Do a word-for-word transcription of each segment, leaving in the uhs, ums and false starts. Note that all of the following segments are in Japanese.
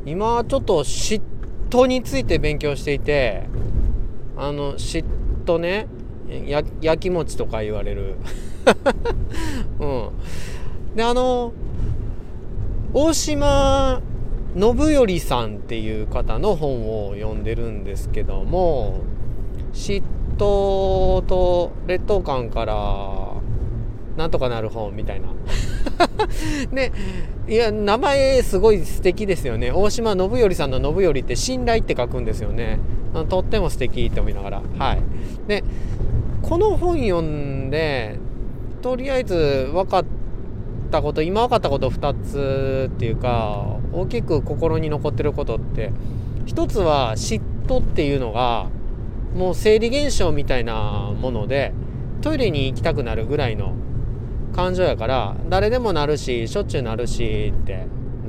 今ちょっと嫉妬について勉強していて、あの嫉妬ね、や焼きもちとか言われるうんであの大島信頼さんっていう方の本を読んでるんですけども、嫉妬と劣等感からなんとかなる本みたいなで、いや名前すごい素敵ですよね。大島信頼さんの信頼って信頼って書くんですよね。とっても素敵って思いながら、はい。でこの本読んでとりあえず分かったこと、今分かったことふたつっていうか、大きく心に残ってることって、ひとつは嫉妬っていうのがもう生理現象みたいなもので、トイレに行きたくなるぐらいの感情やから、誰でもなるししょっちゅうなるしって、うん、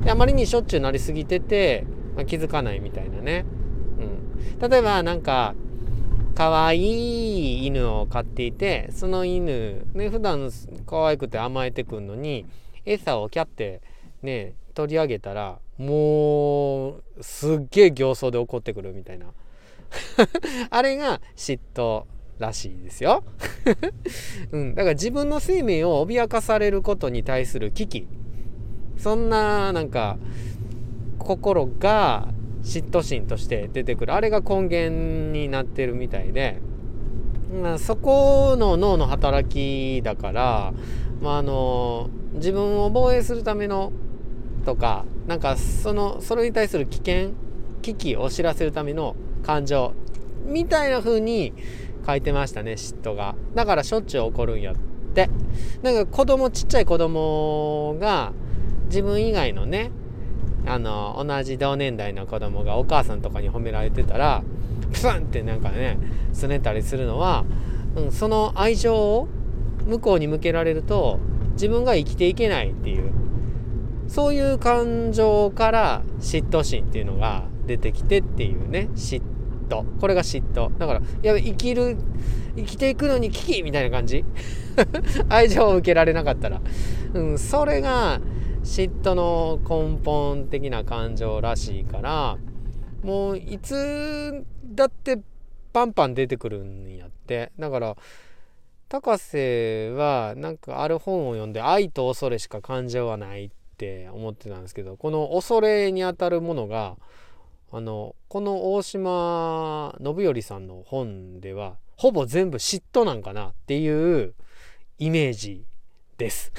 であまりにしょっちゅうなりすぎてて、まあ、気づかないみたいなね、うん、例えばなんか可愛い犬を飼っていて、その犬ね、普段可愛くて甘えてくんのに餌をキャッてね取り上げたら、もうすっげえ形相で怒ってくるみたいなあれが嫉妬らしいですよ、うん、だから自分の生命を脅かされることに対する危機、そんななんか心が嫉妬心として出てくる、あれが根源になってるみたいで、まあ、そこの脳の働きだから、まあ、あの自分を防衛するためのとか、なんかそのそれに対する危険危機を知らせるための感情みたいな風に書いてましたね、嫉妬が。だからしょっちゅう起こるんやって。なんか子供ちっちゃい子供が自分以外のね、あの同じ同年代の子供がお母さんとかに褒められてたらプスンってなんかねすねたりするのは、うん、その愛情を向こうに向けられると自分が生きていけないっていう、そういう感情から嫉妬心っていうのが出てきてっていうね、嫉妬、これが嫉妬だから、やべ生きる生きていくのに危機みたいな感じ愛情を受けられなかったら、うん、それが嫉妬の根本的な感情らしいから、もういつだってパンパン出てくるんやって。だから高瀬はなんかある本を読んで、愛と恐れしか感情はないって思ってたんですけど、この恐れにあたるものがあのこの大島信頼さんの本ではほぼ全部嫉妬なんかなっていうイメージです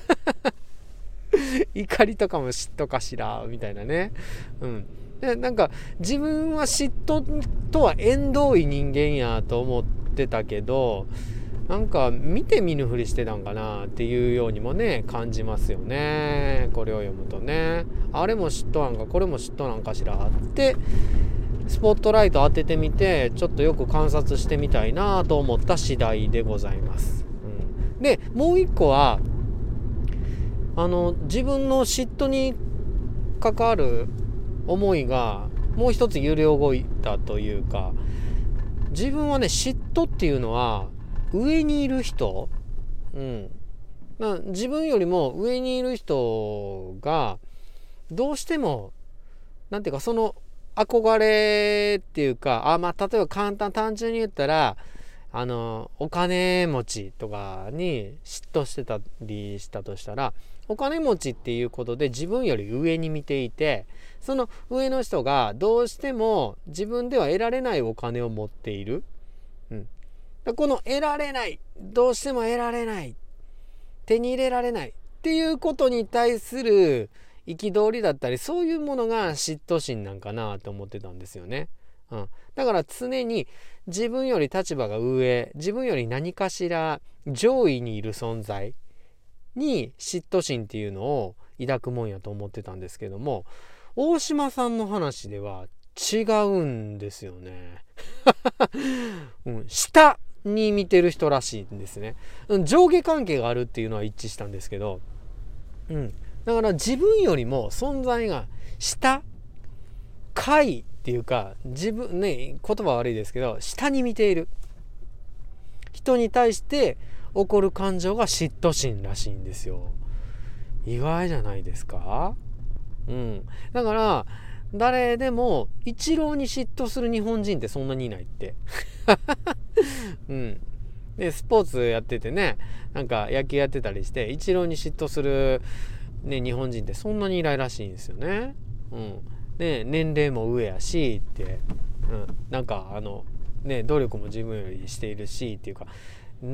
怒りとかも嫉妬かしらみたいなね、うん、でなんか自分は嫉妬とは縁遠い人間やと思ってたけど、なんか見て見ぬふりしてたんかなっていうようにもね感じますよね、これを読むとね。あれも嫉妬なんかこれも嫉妬なんかしらってスポットライト当ててみて、ちょっとよく観察してみたいなと思った次第でございます、うん、でもう一個はあの自分の嫉妬に関わる思いがもう一つ揺れ動いたというか、自分はね嫉妬っていうのは上にいる人、うん、自分よりも上にいる人がどうしてもなんていうか、その憧れっていうか、あ、まあ例えば簡単単純に言ったらあのお金持ちとかに嫉妬してたりしたとしたら、お金持ちっていうことで自分より上に見ていて、その上の人がどうしても自分では得られないお金を持っている、うん、この得られない、どうしても得られない、手に入れられないっていうことに対する憤りだったり、そういうものが嫉妬心なんかなと思ってたんですよね、うん、だから常に自分より立場が上、自分より何かしら上位にいる存在に嫉妬心っていうのを抱くもんやと思ってたんですけども、大島さんの話では違うんですよね、うん、下に見てる人らしいんですね。上下関係があるっていうのは一致したんですけど、うん、だから自分よりも存在が下、下位っていうか、自分ね、言葉悪いですけど下に見ている人に対して起こる感情が嫉妬心らしいんですよ。意外じゃないですか？ うん、だから誰でもイチローに嫉妬する日本人ってそんなにいないって、うん、でスポーツやっててね、なんか野球やってたりしてイチローに嫉妬する、ね、日本人ってそんなにいないらしいんですよね。うん、で年齢も上やしって、うん、なんかあのね努力も自分よりしているしっていうか、うん、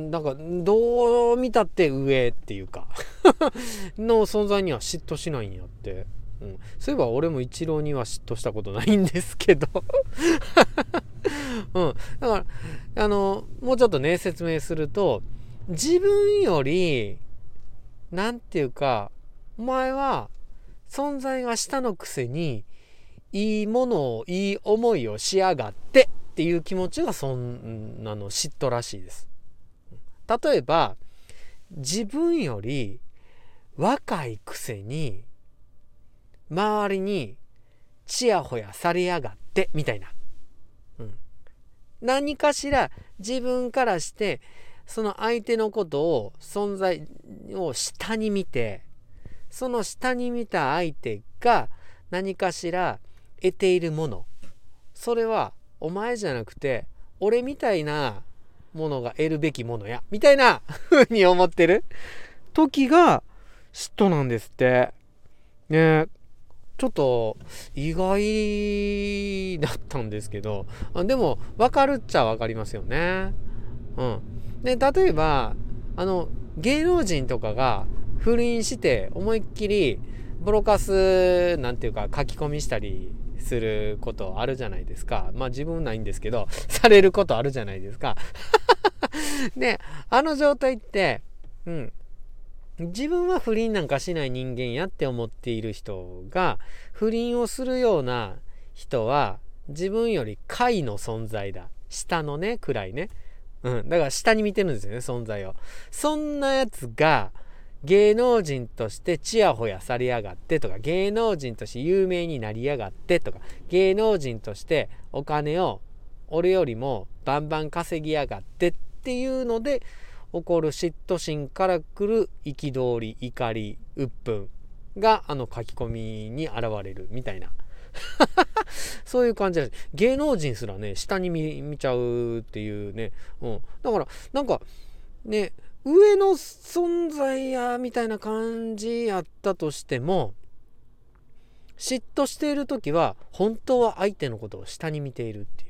なんかどう見たって上っていうかの存在には嫉妬しないんやって、うん、そういえば俺もイチローには嫉妬したことないんですけど、うん、だからあのもうちょっとね説明すると、自分よりなんていうかお前は存在が下のくせにいいものをいい思いをしやがってっていう気持ちがそんなの嫉妬らしいです。例えば自分より若いくせに周りにちやほやされやがってみたいな、うん、何かしら自分からしてその相手のことを存在を下に見て、その下に見た相手が何かしら得ているもの、それはお前じゃなくて俺みたいなものが得るべきものやみたいな風に思ってる時が嫉妬なんですってね。ちょっと意外だったんですけど、でも分かるっちゃ分かりますよね。うん。で例えばあの芸能人とかが不倫して思いっきりブロカスなんていうか書き込みしたりすることあるじゃないですか。まあ自分ないんですけどされることあるじゃないですか。であの状態って、うん、自分は不倫なんかしない人間やって思っている人が不倫をするような人は自分より下位の存在だ、下のねくらいね、うん、だから下に見てるんですよね存在を。そんなやつが芸能人としてチヤホヤされやがってとか、芸能人として有名になりやがってとか、芸能人としてお金を俺よりもバンバン稼ぎやがってっていうので起こる嫉妬心から来る憤り、怒り、鬱憤があの書き込みに現れるみたいなそういう感じです。芸能人すらね下に 見, 見ちゃうっていうね、うん、だからなんかね上の存在やみたいな感じやったとしても、嫉妬している時は本当は相手のことを下に見ているっていう、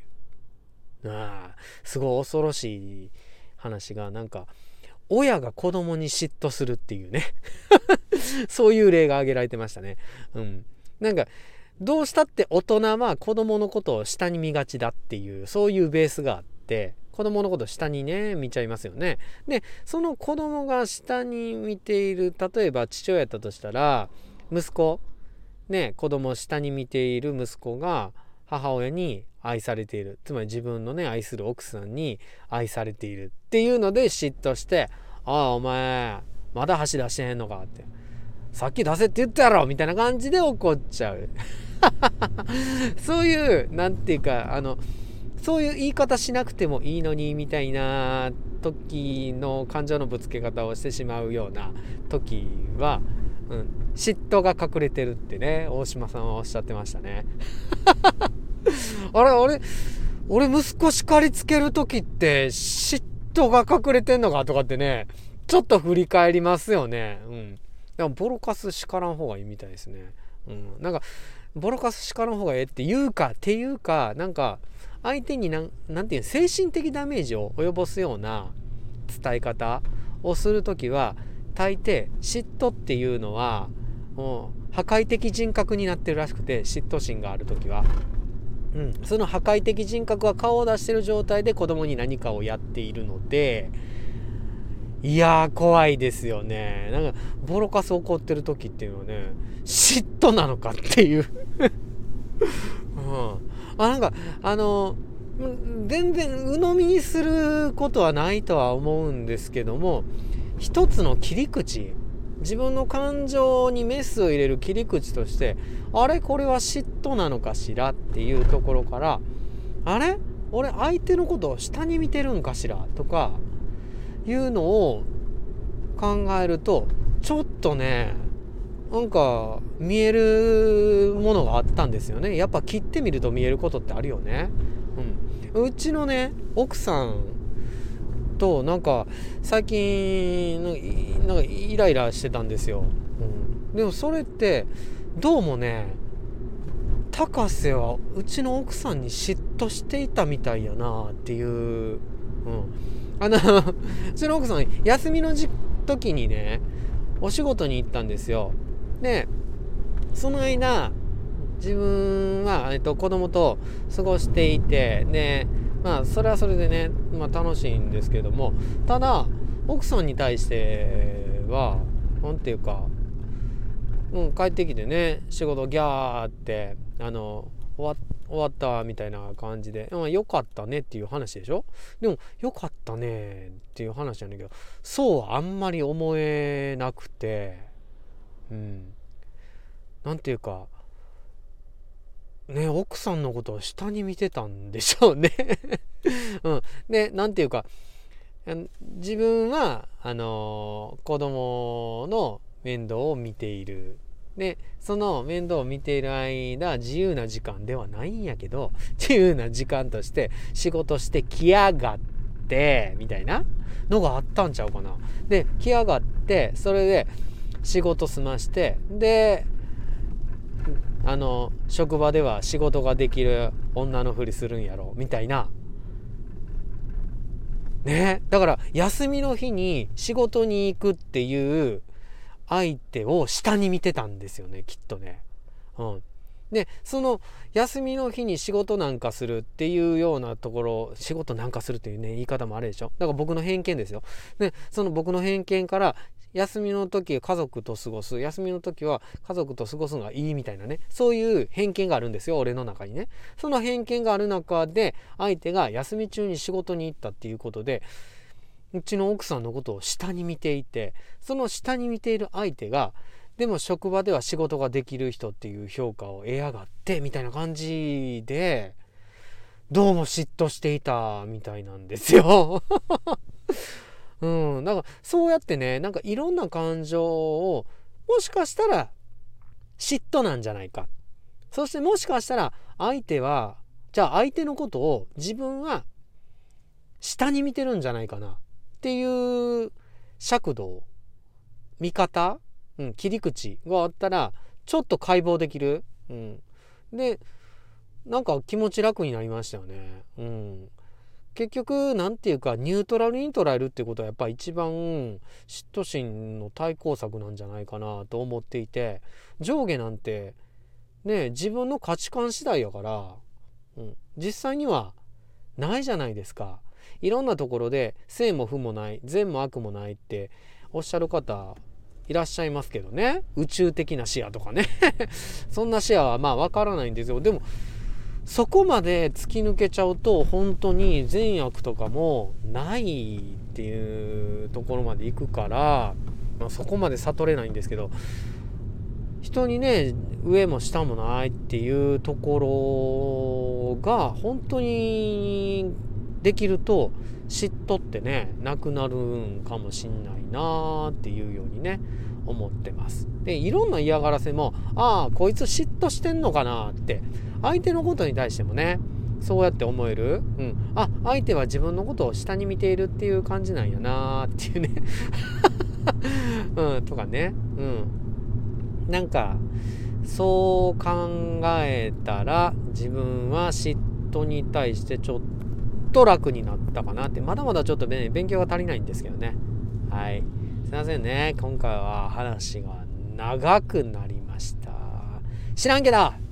ああすごい恐ろしい話が、なんか親が子供に嫉妬するっていうねそういう例が挙げられてましたね。うん、なんかどうしたって大人は子供のことを下に見がちだっていう、そういうベースがあって、子供のことを下にね見ちゃいますよね。でその子供が下に見ている、例えば父親だったとしたら息子ね、子供を下に見ている息子が母親に愛されている、つまり自分のね愛する奥さんに愛されているっていうので嫉妬して、ああお前まだ箸出してへんのかって、さっき出せって言ったやろみたいな感じで怒っちゃうそういうなんていうか、あのそういう言い方しなくてもいいのにみたいな時の感情のぶつけ方をしてしまうような時は、うん、嫉妬が隠れてるってね大島さんはおっしゃってましたねあれ俺俺息子叱りつける時って嫉妬が隠れてんのかとかってねちょっと振り返りますよね。うん、でもボロカス叱らん方がいいみたいですね。うん、なんかボロカス叱らん方がええっていうかっていうかなんか相手になん、なんていう精神的ダメージを及ぼすような伝え方をするときは、大抵嫉妬っていうのはもう破壊的人格になってるらしくて、嫉妬心があるときは、うん、その破壊的人格は顔を出してる状態で子供に何かをやっているので、いやー怖いですよね。なんかボロカス怒ってるときっていうのはね嫉妬なのかっていう、うんあなんかあの全然鵜呑みにすることはないとは思うんですけども、一つの切り口、自分の感情にメスを入れる切り口として、あれこれは嫉妬なのかしらっていうところから、あれ俺相手のことを下に見てるんかしらとかいうのを考えると、ちょっとねなんか見えるものがあったんですよね。やっぱ切ってみると見えることってあるよね。うん、うちのね奥さんとなんか最近なんかイライラしてたんですよ。うん、でもそれってどうもね、高瀬はうちの奥さんに嫉妬していたみたいやなっていう、うん、あのうちの奥さん休みの時にねお仕事に行ったんですよ。でその間自分は、えっと、子供と過ごしていてでまあそれはそれでね、まあ、楽しいんですけども、ただ奥さんに対してはなんていうか、うん、帰ってきてね仕事ギャーってあの終わ終わったみたいな感じで、まあ、よかったねっていう話でしょ。でもよかったねっていう話なんだけど、そうはあんまり思えなくて、うんなんていうかね、奥さんのことを下に見てたんでしょうね、うん、でなんていうか自分はあの子供の面倒を見ている。でその面倒を見ている間自由な時間ではないんやけど自由な時間として仕事してきやがってみたいなのがあったんちゃうかな。で来やがってそれで仕事済ましてであの職場では仕事ができる女のふりするんやろみたいなね。だから休みの日に仕事に行くっていう相手を下に見てたんですよねきっとね。うん、でその休みの日に仕事なんかするっていうようなところ、仕事なんかするっていうね言い方もあれでしょ。だから僕の偏見ですよ。でその僕の偏見から休みの時家族と過ごす、休みの時は家族と過ごすのがいいみたいなね、そういう偏見があるんですよ俺の中にね。その偏見がある中で相手が休み中に仕事に行ったっていうことでうちの奥さんのことを下に見ていて、その下に見ている相手がでも職場では仕事ができる人っていう評価を得やがってみたいな感じでどうも嫉妬していたみたいなんですようん、だからそうやってねなんかいろんな感情をもしかしたら嫉妬なんじゃないか、そしてもしかしたら相手はじゃあ相手のことを自分は下に見てるんじゃないかなっていう尺度見方、うん、切り口があったらちょっと解剖できる、うん、でなんか気持ち楽になりましたよね。うん結局なんていうかニュートラルに捉えるってことはやっぱり一番嫉妬心の対抗策なんじゃないかなと思っていて、上下なんてね自分の価値観次第やから、うん、実際にはないじゃないですか。いろんなところで正も負もない善も悪もないっておっしゃる方いらっしゃいますけどね、宇宙的な視野とかねそんな視野はまあわからないんですよ。でもそこまで突き抜けちゃうと本当に善悪とかもないっていうところまで行くから、まあ、そこまで悟れないんですけど、人にね上も下もないっていうところが本当にできると嫉妬ってねなくなるんかもしんないなっていうようにね思ってます。でいろんな嫌がらせもああこいつ嫉妬してんのかなって相手のことに対してもねそうやって思える、うん、あ相手は自分のことを下に見ているっていう感じなんやなっていうね、うん、とかね、うん、なんかそう考えたら自分は嫉妬に対してちょっと楽になったかなって。まだまだちょっと、ね、勉強が足りないんですけどね。はいすいませんね今回は話が長くなりました。知らんけど